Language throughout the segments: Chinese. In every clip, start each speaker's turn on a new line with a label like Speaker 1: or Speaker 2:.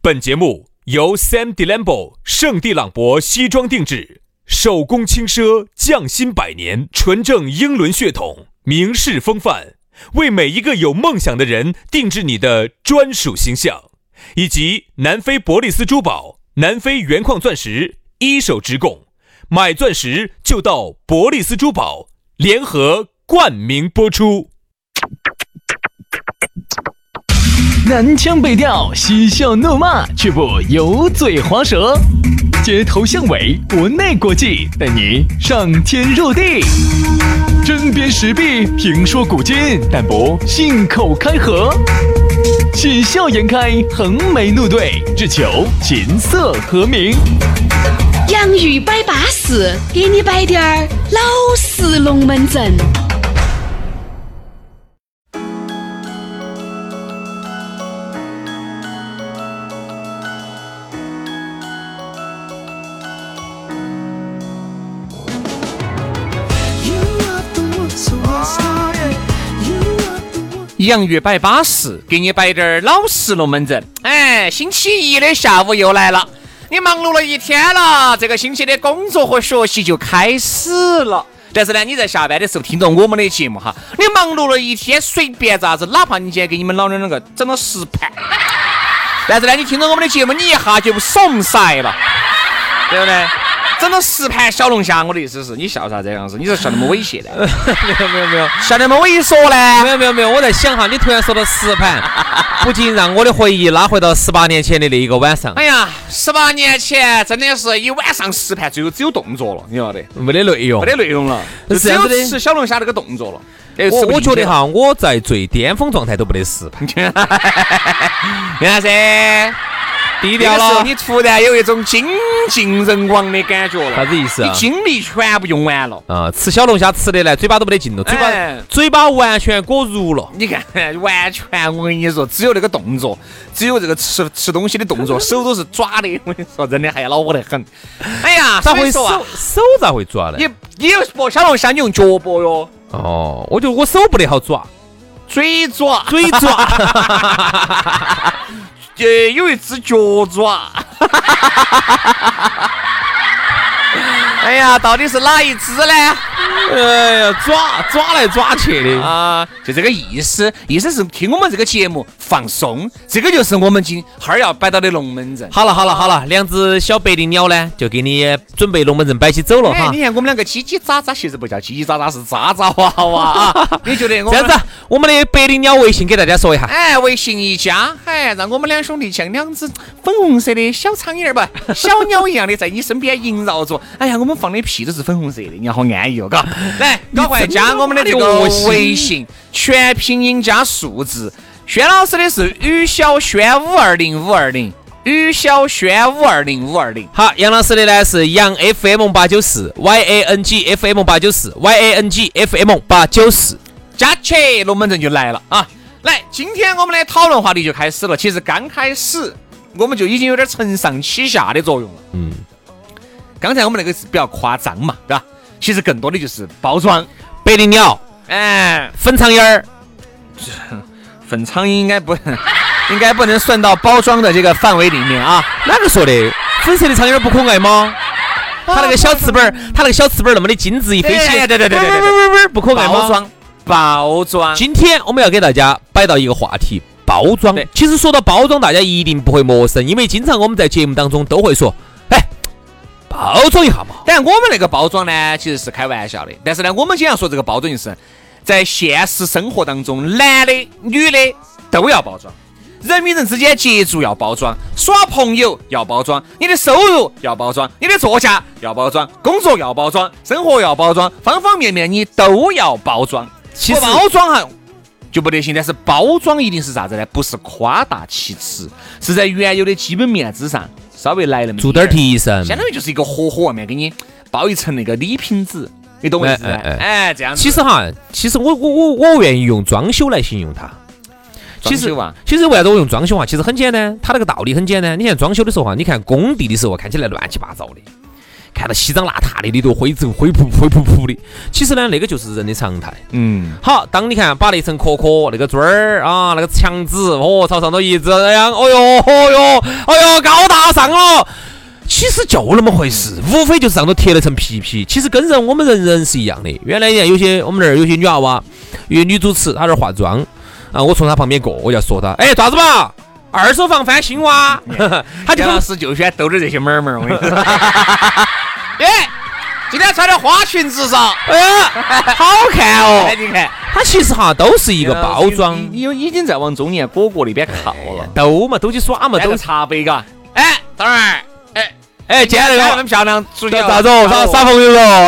Speaker 1: 本节目由 Sam Delambo 圣地朗博西装定制，手工轻奢，匠心百年，纯正英伦血统，名士风范，为每一个有梦想的人定制你的专属形象。以及南非伯利斯珠宝、南非原矿钻石一手直供，买钻石就到伯利斯珠宝，联合冠名播出。
Speaker 2: 南腔北调，嬉笑怒骂，却不油嘴滑舌，街头巷尾，国内国际，带你上天入地，针砭时弊，评说古今，但不信口开河，喜笑颜开，横眉怒对，只求琴瑟和鸣。
Speaker 3: 洋芋摆巴士，给你摆点儿老式龙门阵。
Speaker 4: 洋芋摆巴士，给你摆点老实龙门阵。哎，星期一的下午又来了，你忙碌了一天了，这个星期的工作和学习就开始了。但是呢，你在下班的时候听到我们的节目哈，你忙碌了一天，随便咋子，哪怕你今天给你们老娘那个整了10盘，但是呢，你听到我们的节目，你一下就怂晒了，对不对？整了10盘小龙虾，我的意思是你笑啥这样子？你是笑那么猥亵的？
Speaker 5: 没有，
Speaker 4: 笑那么猥琐呢？
Speaker 5: 没有，我在想哈，你突然说到10盘，不禁让我的回忆拉回到18年前的那一个晚上。
Speaker 4: 哎呀，18年前真的是一晚上10盘，最后只有动作了，你晓得？
Speaker 5: 没得内容，
Speaker 4: 了，只有吃小龙虾那个动作了。
Speaker 5: 我觉得哈，我在最巅峰状态都不得10盘。
Speaker 4: 原来噻。低调了，你突然有一种精尽人亡的感觉了。
Speaker 5: 啥子意思啊？
Speaker 4: 你精力全部用完了
Speaker 5: 啊！吃小龙虾吃的来，嘴巴都没得劲了，嘴巴完全裹入了。
Speaker 4: 你看，完全我跟你说，只有那个动作，只有这个吃东西的动作，手都是抓的。我跟你说，真的还恼火得很。哎呀，
Speaker 5: 咋会手咋会抓呢？
Speaker 4: 你剥小龙虾，你用脚剥哟。
Speaker 5: 哦，我觉得我手不得好抓，
Speaker 4: 嘴抓。有一只脚爪。哎呀，到底是哪一只呢？
Speaker 5: 哎呀，抓来抓去的
Speaker 4: 啊，就这个意思是听我们这个节目放松，这个就是我们今哈儿要摆到的龙门阵。
Speaker 5: 好了，两只小白领鸟呢，就给你准备龙门阵摆起走了哈。
Speaker 4: 你看我们两个叽叽喳喳，其实不叫叽叽喳喳，是喳喳哇哇啊！你觉得
Speaker 5: 这样子，我们的白领鸟微信给大家说一下。
Speaker 4: 哎，微信一加，哎，让我们两兄弟像两只粉红色的小苍蝇吧，小鸟一样的在你身边萦绕着。哎呀，我们放的屁都是粉红色的，你好安逸哦，嘎。来，赶快加我们的这个微信，全拼音加数字。轩老师的是于小轩520520，于小轩520520。
Speaker 5: 好，杨老师的呢是杨 FM894 ，YANG FM894 ，YANG FM894。
Speaker 4: 加起龙门阵就来了啊！来，今天我们的讨论话题就开始了。其实刚开始我们就已经有点承上启下的作用了。刚才我们那个是比较夸张嘛，对吧？其实更多的就是包装。
Speaker 5: 白领鸟，粉苍蝇儿，
Speaker 4: 粉苍蝇应该不能算到包装的这个范围里面啊。
Speaker 5: 哪个说的？粉色的苍蝇不可爱吗？它那个小翅膀那么的精致一飞起，
Speaker 4: 对，
Speaker 5: 不可爱吗？
Speaker 4: 包装。
Speaker 5: 今天我们要给大家摆到一个话题，包装。其实说到包装，大家一定不会陌生，因为经常我们在节目当中都会说，包装一下嘛。
Speaker 4: 但我们那个包装呢，其实是开玩笑的。但是呢，我们经常说这个包装就是在现实生活当中，男的、女的都要包装。人与人之间接触要包装，耍朋友要包装，你的收入要包装，你的作家要包装，工作要包装，生活要包装，方方面面你都要包装。其实包装哈就不得行，但是包装一定是啥子呢？不是夸大其词，是在原有的基本面之上稍微来那么
Speaker 5: 做点提升，
Speaker 4: 相当于就是一个活外面给你包一层那个礼品纸，你懂我意思？这样子。
Speaker 5: 其实我愿意用装修来形容它。其实为啥子我用装修啊？其实很简单，它那个道理很简单。你看装修的时候啊，你看工地的时候看起来乱七八糟的， 看到稀脏邋遢的，里头灰扑扑的。其实呢，那个就是人的常态。好，当你看把那层壳那个砖儿啊，那个墙纸，朝上头一直那样，高大上了。其实就那么回事，无非就是上头贴了层皮。其实跟我们人是一样的。原来有些我们那儿有些女娃娃，有些女主持，她那儿化妆啊，我从她旁边过，我就要说她，咋子吧？2手房翻新哇！他就老师就喜欢逗着这些妹儿，我跟你说。
Speaker 4: 今天穿的花裙子上，
Speaker 5: 好看哦！
Speaker 4: 你看，
Speaker 5: 它其实都是一个包装，
Speaker 4: 已经在往中年果果那边靠了。
Speaker 5: 都去耍嘛，都
Speaker 4: 茶杯嘎。当然，
Speaker 5: 今天那个
Speaker 4: 那么漂亮，出去
Speaker 5: 啥子？耍朋友了？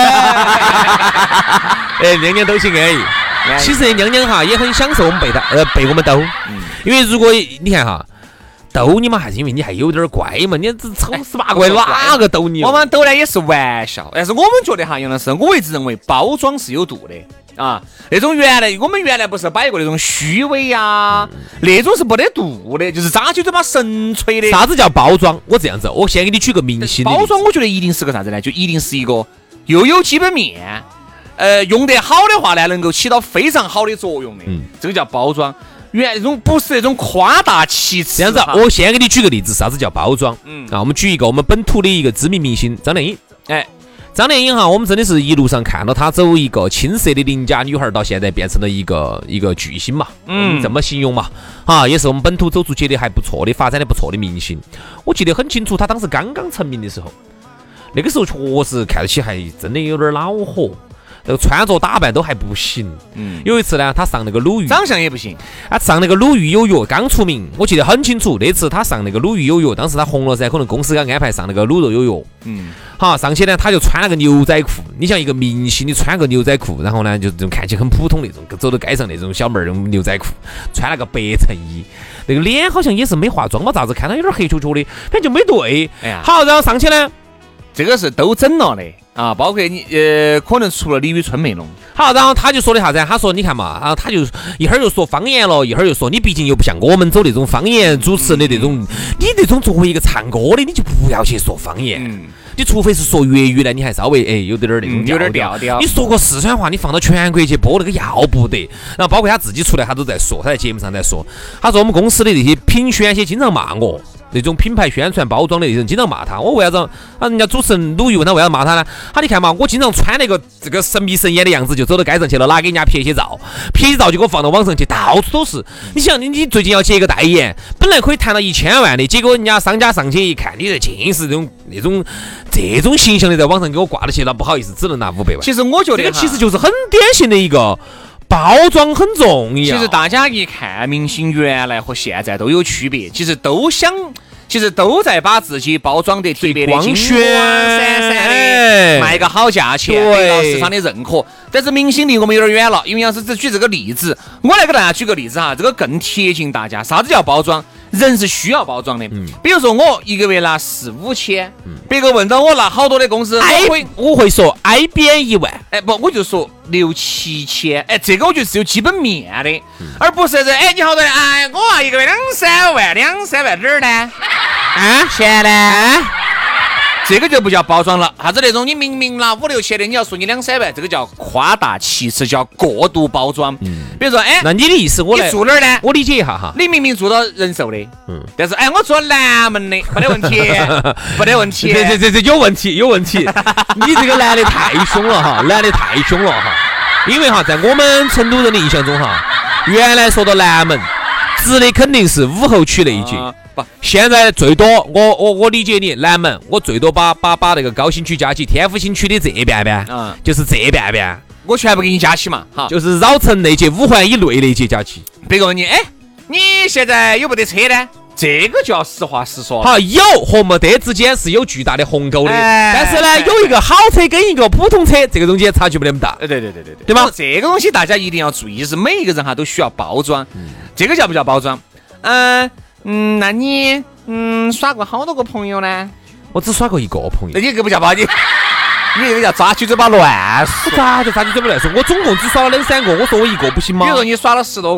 Speaker 5: 娘娘都行安逸。其实娘娘也很享受我们被我们逗，因为如果你看逗你嘛，还是因为你还有点乖嘛，你这丑18怪哪个逗你？
Speaker 4: 我们逗呢也是玩笑，但是我们觉得杨老师，我一直认为包装是有度的啊。那种我们原来不是摆过那种虚伪啊，那种是没得度的，就是扎起嘴巴神吹的。
Speaker 5: 啥子叫包装？我这样子，我先给你举个明星的
Speaker 4: 包装，我觉得一定是个啥子呢？就一定是一个又有基本面。用得好的话呢，能够起到非常好的作用的，这个叫包装。那种不是那种夸大其词。
Speaker 5: 这样子，我先给你举个例子，啥子叫包装？我们举一个我们本土的一个知名明星张靓颖。张靓颖我们真的是一路上看到她走一个青涩的邻家女孩，到现在变成了一个巨星嘛。这么形容嘛。也是我们本土走出去的还不错的，发展的不错的明星。我记得很清楚，她当时刚刚成名的时候，那个时候确实看得起还真的有点恼火。那个穿着打扮都还不行。有一次呢，他上那个鲁豫，
Speaker 4: 长相也不行。
Speaker 5: 上那个鲁豫有约刚出名，我记得很清楚。那次他上那个鲁豫有约，当时他红了噻，可能公司给他安排上那个卤肉有约。好，上去呢，他就穿了个牛仔裤。你像一个明星，你穿个牛仔裤，然后呢，就这种看起来很普通那种，走到街上那种小妹儿那种牛仔裤，穿了个白衬衣，那个脸好像也是没化妆嘛，咋子看他有点黑球球的，反正就没对。好，然后上去呢，
Speaker 4: 这个是都整了的。包括你可能除了李宇春没弄。
Speaker 5: 好，然后他就说的啥子？他说你看嘛，他就一会儿又说方言了，一会儿又说你毕竟又不像我们走那种方言主持人的那种，你那种作为一个唱歌的，你就不要去说方言。你除非是说粤语呢，你还稍微有点那种
Speaker 4: 有点调调。
Speaker 5: 你说个四川话，你放到全国去播那个要不得。然后包括他自己出来，他都在说，他在节目上在说，他说我们公司的这些评选些经常骂我。那种品牌宣传包装的人经常骂他，我为啥子人家主持人鲁豫问他为啥骂他呢？你看嘛，我经常穿那个这个神秘神眼的样子就走到街上去了，拿给人家拍些照就给我放到网上去，到处都是。你想你最近要接一个代言，本来可以谈到1000万的，结果人家商家上去一看，你这尽是这种形象的在网上给我挂了起，那不好意思，只能拿500万。
Speaker 4: 其实我觉得
Speaker 5: 这个其实就是很典型的一个包装很重要。
Speaker 4: 其实大家一看明星原来和现在都有区别，其实都在把自己包装得特别的
Speaker 5: 光鲜
Speaker 4: 闪闪的，卖个好价钱，得到市场的认可。但是明星离我们有点远了，因为要是只举这个例子，我来给大家举个例子哈，这个更贴近大家。啥子叫包装？人是需要包装的。比如说我一个月拿4、5千，别个问到我拿好多的公司，
Speaker 5: 我会说 IBN 1万，
Speaker 4: 不，我就说6、7千，这个我觉得是有基本面的，而不是你好多人，我一个月2、3万，2、3万哪儿呢？钱呢？这个就不叫包装了。啥子那种你明明拿5、6千的，你要说你2、3万，这个叫夸大其词，叫过度包装。比如说，
Speaker 5: 那你的意思你
Speaker 4: 住哪儿呢？
Speaker 5: 我理解一下哈。
Speaker 4: 你明明住到人寿的，但是我住南门的，没得问题，没得问题。
Speaker 5: 这有问题，有问题。你这个男的太凶了哈，男的太凶了哈。因为哈，在我们成都人的印象中哈，原来说到南门，指的肯定是武侯区那一节。现在最多我理解你南门，我最多把那个高新区加起，天府新区的这边就是这边，
Speaker 4: 我全部给你加起嘛，哈，
Speaker 5: 就是绕城那节5环以内那节加起。
Speaker 4: 别个问你，你现在有没得车呢？这个就要实话实说。
Speaker 5: 好，有和没得之间是有巨大的鸿沟的，但是呢，有一个好车跟一个普通车，这个中间差距不那么大。对吧？
Speaker 4: 这个东西大家一定要注意，就是每一个人都需要包装。这个叫不叫包装？那你耍过好多个朋友呢？
Speaker 5: 我只耍过一个朋友。
Speaker 4: 那你这个不叫包你这个叫抓起嘴巴乱说。
Speaker 5: 咋就抓起嘴巴乱说？我总共只耍了2、3个，我说我一个不行吗？
Speaker 4: 比如说你耍了10多个，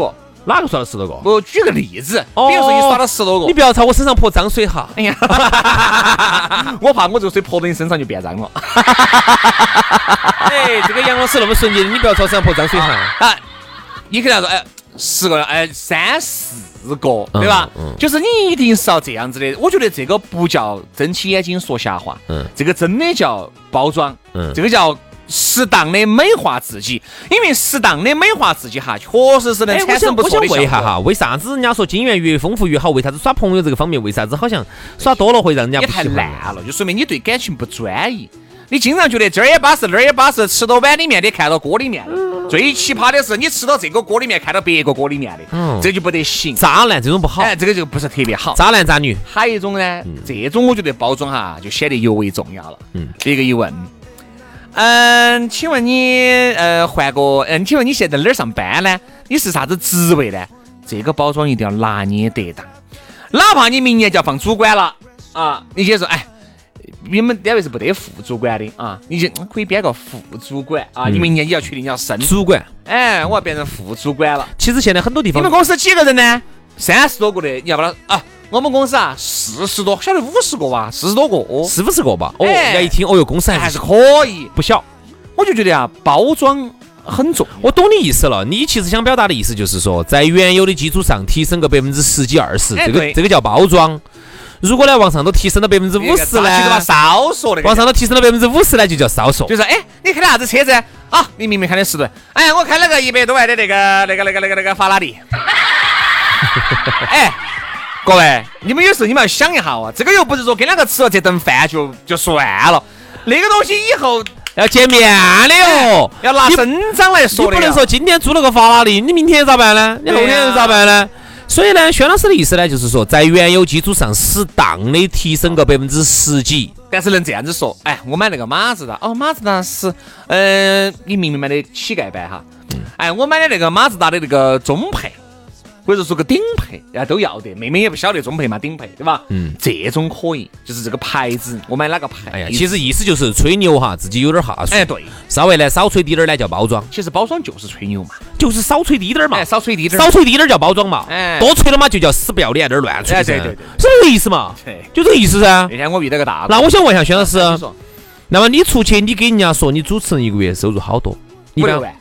Speaker 5: 哪个刷了10多个？
Speaker 4: 我举个例子，比如说你刷了10多个，
Speaker 5: 你不要朝我身上泼脏水哈。
Speaker 4: 哎呀，我怕我这个水泼到你身上就变脏了。
Speaker 5: 哎，这个杨老师那么纯洁，你不要朝身上泼脏水哈。
Speaker 4: 啊，你可能说，哎，10个，哎，3、4个，对吧？就是你一定是要这样子的。我觉得这个不叫睁起眼睛说瞎话，这个真的叫包装，这个叫适当的美化自己。因为适当的美化自己哈，确实是能产生不错的效果。
Speaker 5: 我想问一下哈，为啥子人家说经验越丰富越好？为啥子耍朋友这个方面，为啥子好像耍多了会让人家
Speaker 4: 也太烂了？就说明你对感情不专一。你经常觉得这儿也巴适，那儿也巴适，吃到碗里面的看到锅里面的。最奇葩的是，你吃到这个锅里面看到别个锅里面的，这就不得行。
Speaker 5: 渣男这种不好，
Speaker 4: 哎，这个就不是特别好。
Speaker 5: 渣男渣女，
Speaker 4: 还有一种呢，这种我觉得包装哈就显得尤为重要了。第一个一问，请问你换个请问你现在哪儿上班呢？你是啥子职位呢？这个包装一定要拿捏得当，哪怕你明年就要放主管了啊，你先说，哎。你们单位是不得副主管的啊，你就可以编个副主管啊。你明年你要确定你要升
Speaker 5: 主管，
Speaker 4: 哎，我要变成副主管了。
Speaker 5: 其实现在很多地方，
Speaker 4: 你们公司几个人呢？30多个的，你要不然啊？我们公司啊40多，晓得50个吧，40多个哦
Speaker 5: ，40-50个吧。哦，人家一听，哦哟，公司
Speaker 4: 还是可以，
Speaker 5: 不小。
Speaker 4: 我就觉得啊，包装很重要。
Speaker 5: 我懂你意思了，你其实想表达的意思就是说，在原有的基础上提升个10%几20%，这个叫包装。如果呢往上都提升到50%呢，
Speaker 4: 少说那个，
Speaker 5: 往上都提升到50%呢，就叫少说。
Speaker 4: 就是哎，你开的啥子车子啊？你明明开的10吨，哎，我开了个100多万的那个法拉利。哎，各位，你们有时候你们要想一下哦，这个又不是说跟两个吃了这顿饭就算了，那个东西以后
Speaker 5: 要见面的哦，
Speaker 4: 要拿身长来说的。
Speaker 5: 你不能说今天租了个法拉利，你明天咋办呢？你后天咋办呢？所以呢，轩老师的意思呢，就是说在原有基础上适当的提升个10%几。
Speaker 4: 但是能这样子说，哎，我买那个马自达，哦，马自达是，你明明买的乞丐版哈，哎，我买的那个马自达的那个中配，或者说个顶配，都要得。妹妹也不晓得中配嘛，顶配，对吧？这种可以，就是这个牌子，我买哪个牌？
Speaker 5: 哎呀，其实意思就是吹牛哈，自己有点哈数。
Speaker 4: 哎，对，
Speaker 5: 稍微呢少吹低点呢叫包装。
Speaker 4: 其实包装就是吹牛嘛，
Speaker 5: 就是少吹低点嘛，
Speaker 4: 少吹低点，
Speaker 5: 少吹低点叫包装嘛。
Speaker 4: 哎，
Speaker 5: 多吹了嘛就叫死不要脸，在这乱吹。
Speaker 4: 对，
Speaker 5: 是这个意思嘛？
Speaker 4: 对，
Speaker 5: 就这个意思噻。
Speaker 4: 那天我遇到个大，
Speaker 5: 那我想问一下轩老师，那么你出去你给人家说你主持人一个月收入好多
Speaker 4: ？5-6万。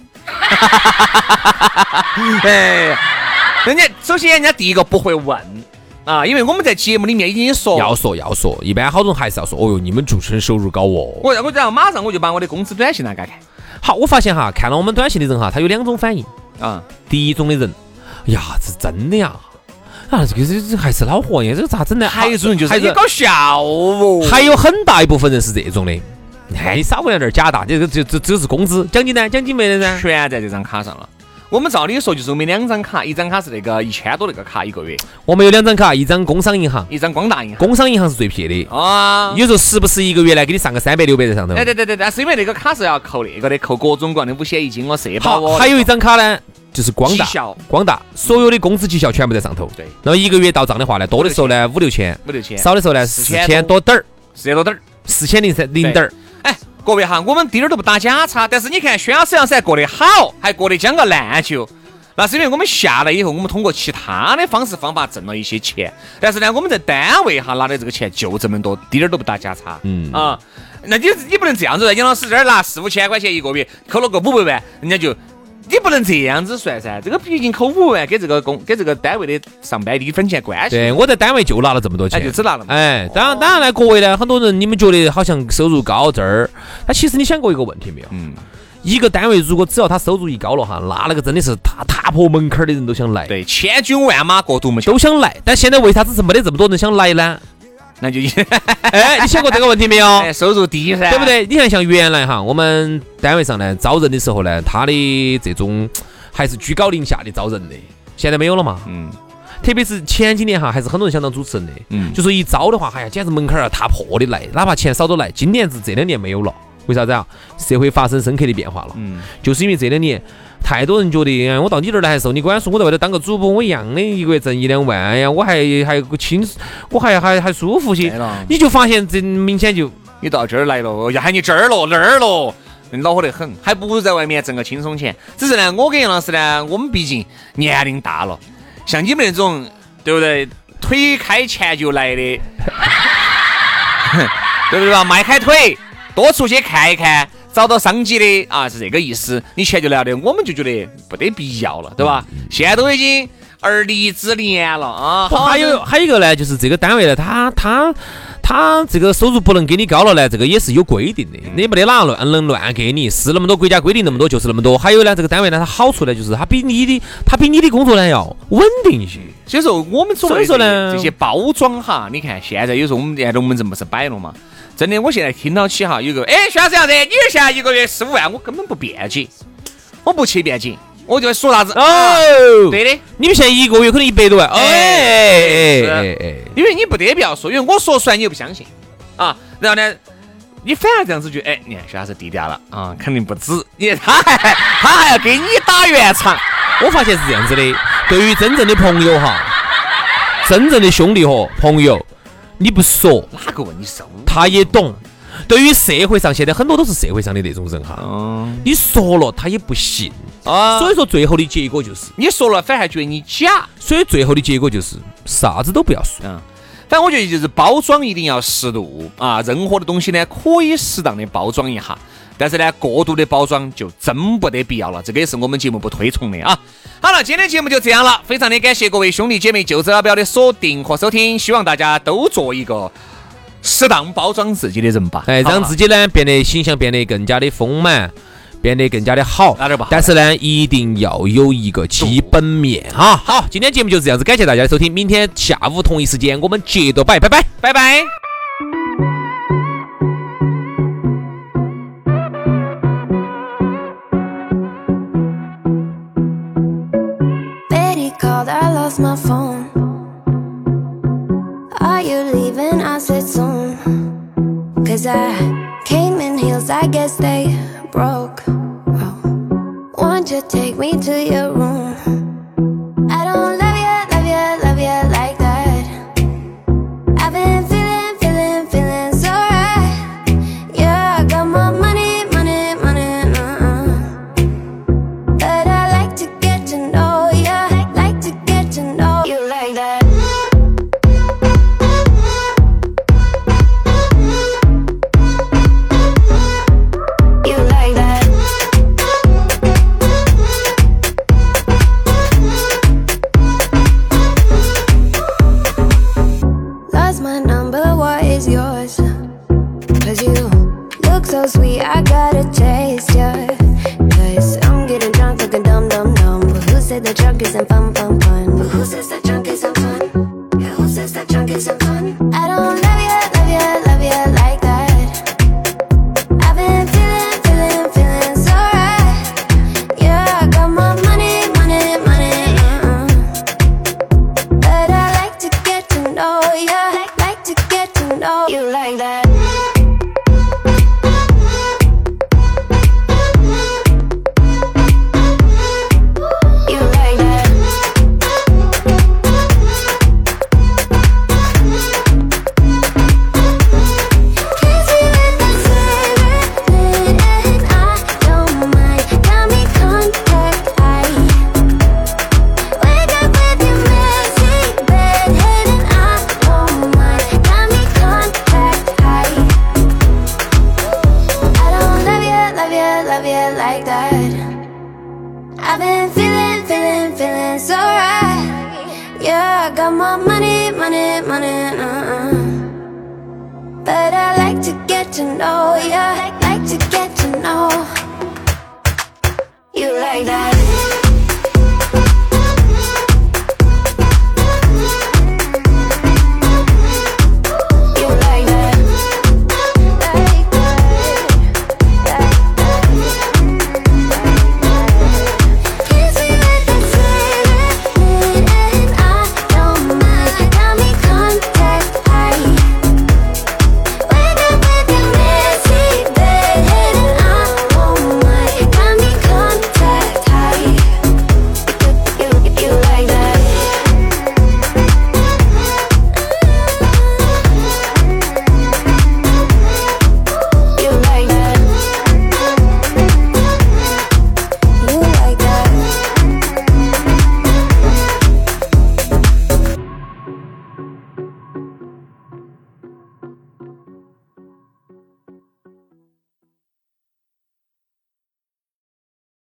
Speaker 4: 哎。首先人家第一个不会问啊，因为我们在节目里面已经说
Speaker 5: 要说，一般好多人还是要说，哦哟，你们主持人收入高哦。
Speaker 4: 我这样马上我就把我的工资短信拿给他看。
Speaker 5: 好，我发现哈，看了我们短信的人哈，他有2种反应啊。第一种的人，呀，这真的呀，啊，这还是恼火呀，这个咋整呢？
Speaker 4: 还有一种人就是你搞笑哦。
Speaker 5: 还有很大一部分人是这种的，哎，你少回来点假大，这是工资，奖金呢？奖金没得噻，
Speaker 4: 全在这张卡上了。我们照理说就是我们2张卡，一张卡是那个1000多那个卡一个月，
Speaker 5: 我们有2张卡，一张工商银行，
Speaker 4: 一张光大银行。
Speaker 5: 工商银行是最撇的
Speaker 4: 啊，
Speaker 5: 有时候时不时一个月来给你上个300-600在上头。
Speaker 4: 对，但是因为那个卡是要扣那个的，扣各种各样的5险1金哦，社保哦。
Speaker 5: 还有一张卡呢，就是光大，所有的工资绩效全部在上头。
Speaker 4: 对，
Speaker 5: 然后一个月到账的话呢，多的时候呢5-6千，少的时候呢4000多点儿
Speaker 4: ，4000多点儿
Speaker 5: ，4000零点儿。
Speaker 4: 哎，各位哈，我们滴点儿都不打假差，但是你看轩老师还过得好，还过得将个烂球。那是因为我们下来以后，我们通过其他的方式方法挣了一些钱，但是呢，我们在单位哈拿的这个钱就这么多，滴点儿都不打假差。那你不能这样子，杨老师这儿拿4-5千块钱一个月，扣了个500万，人家就你不能这样子算噻。这个毕竟扣5万，跟这个单位的上班一分钱关系。
Speaker 5: 对，我在单位就拿了这么多钱，
Speaker 4: 就只拿了。
Speaker 5: 哎，当然呢，各位呢，很多人你们觉得好像收入高这儿，那其实你想过一个问题没有？一个单位如果只要他收入一高了哈，那个真的是踏破门槛的人都想来。
Speaker 4: 对，千军万马过独木桥
Speaker 5: 都想来。但现在为啥子是没得这么多人想来呢？
Speaker 4: 那就
Speaker 5: 哎，你想过这个问题没有？
Speaker 4: 哎，收入低噻，
Speaker 5: 对不对？你看像原来哈，我们单位上呢招人的时候呢，他的这种还是居高临下的招人的，现在没有了嘛。特别是前几年哈，还是很多人想当主持人的。就说一招的话，哎呀，简直门槛踏破的来，哪怕钱少都来。今年是这2年没有了。为啥子啊？社会发生深刻的变化了，就是因为这2年太多人觉得，我到你这儿来的时候，你管说我在外头当个主播，我一样的一个月挣1-2万呀，我还轻，我还舒服些。你就发现这明显就
Speaker 4: 你到这儿来了，要喊你这儿了那儿了， 恼火得很，还不如在外面挣个轻松钱。只是呢，我跟杨老师呢，我们毕竟年龄大了，像你们那种，对不对？腿开钱就来的，对不对吧？迈开腿，多出去看一看，找到商机的啊，是这个意思。你钱就来的，我们就觉得不得必要了，对吧？现在都已经而立之年了啊。
Speaker 5: 还有一个呢，就是这个单位呢，他这个收入不能给你高了呢，这个也是有规定的，你没得哪能乱给你，是那么多国家规定那么多就是那么多。还有呢，这个单位呢，它好处呢就是它比你的工作呢要稳定一些。
Speaker 4: 所以说我们所谓的这些包装哈，你看现在有时候我们连龙门阵不是摆了嘛？真的，我现在听到起哈，有个徐老师样子，你现在一个月15万，我根本不便捷，我不去便捷。我就说啥子
Speaker 5: 哦，
Speaker 4: 对的，
Speaker 5: 你们现在一个月可能100多万，
Speaker 4: 因为你不得不要说，因为我说出来你又不相信啊，然后呢，你反而这样子觉得，你看徐老师低调了啊，肯定不止，他还要给你打圆场。
Speaker 5: 我发现是这样子的，对于真正的朋友哈，真正的兄弟和朋友，你不说
Speaker 4: 哪个问你收，
Speaker 5: 他也懂。对于社会上现在很多都是社会上的那种人哈，你说了他也不信啊，所以说最后的结果就是
Speaker 4: 你说了反而还觉得你假，
Speaker 5: 所以最后的结果就是啥子都不要说。
Speaker 4: 反正我觉得就是包装一定要适度啊，任何的东西呢可以适当的包装一下，但是呢过度的包装就真不得必要了，这个也是我们节目不推崇的啊。好了，今天节目就这样了，非常的感谢各位兄弟姐妹就这老表的锁定和收听，希望大家都做一个适当包装自己的人吧，
Speaker 5: 让自己呢变得形象变得更加的丰满，变得更加的好，但是呢一定要有一个基本面哈。好，今天节目就这样子，感谢大家的收听，明天下午同一时间我们接着拜，拜拜
Speaker 4: 拜拜。
Speaker 6: Betty called, I lost my phone. Are you leaving? I said soon. 'Cause I came in heels, I guess they broke. Oh. Won't you take me to your room? I don't love you like that. I've been feeling so right. Yeah, I got my money, But I like to get to know you, like to get to know you like that. So sweet, I gotta taste ya. 'Cause I'm getting drunk, looking dumb. But who said the drunk isn't fun? But who says the drunk isn't fun? Yeah, who says the drunk isn't fun? I don't love you like that. I've been feeling so right. Yeah, I got my money, But I like to get to know you, like to get to know you like that. Like that. I've been feeling so right. Yeah, I got my money, But I like to get to know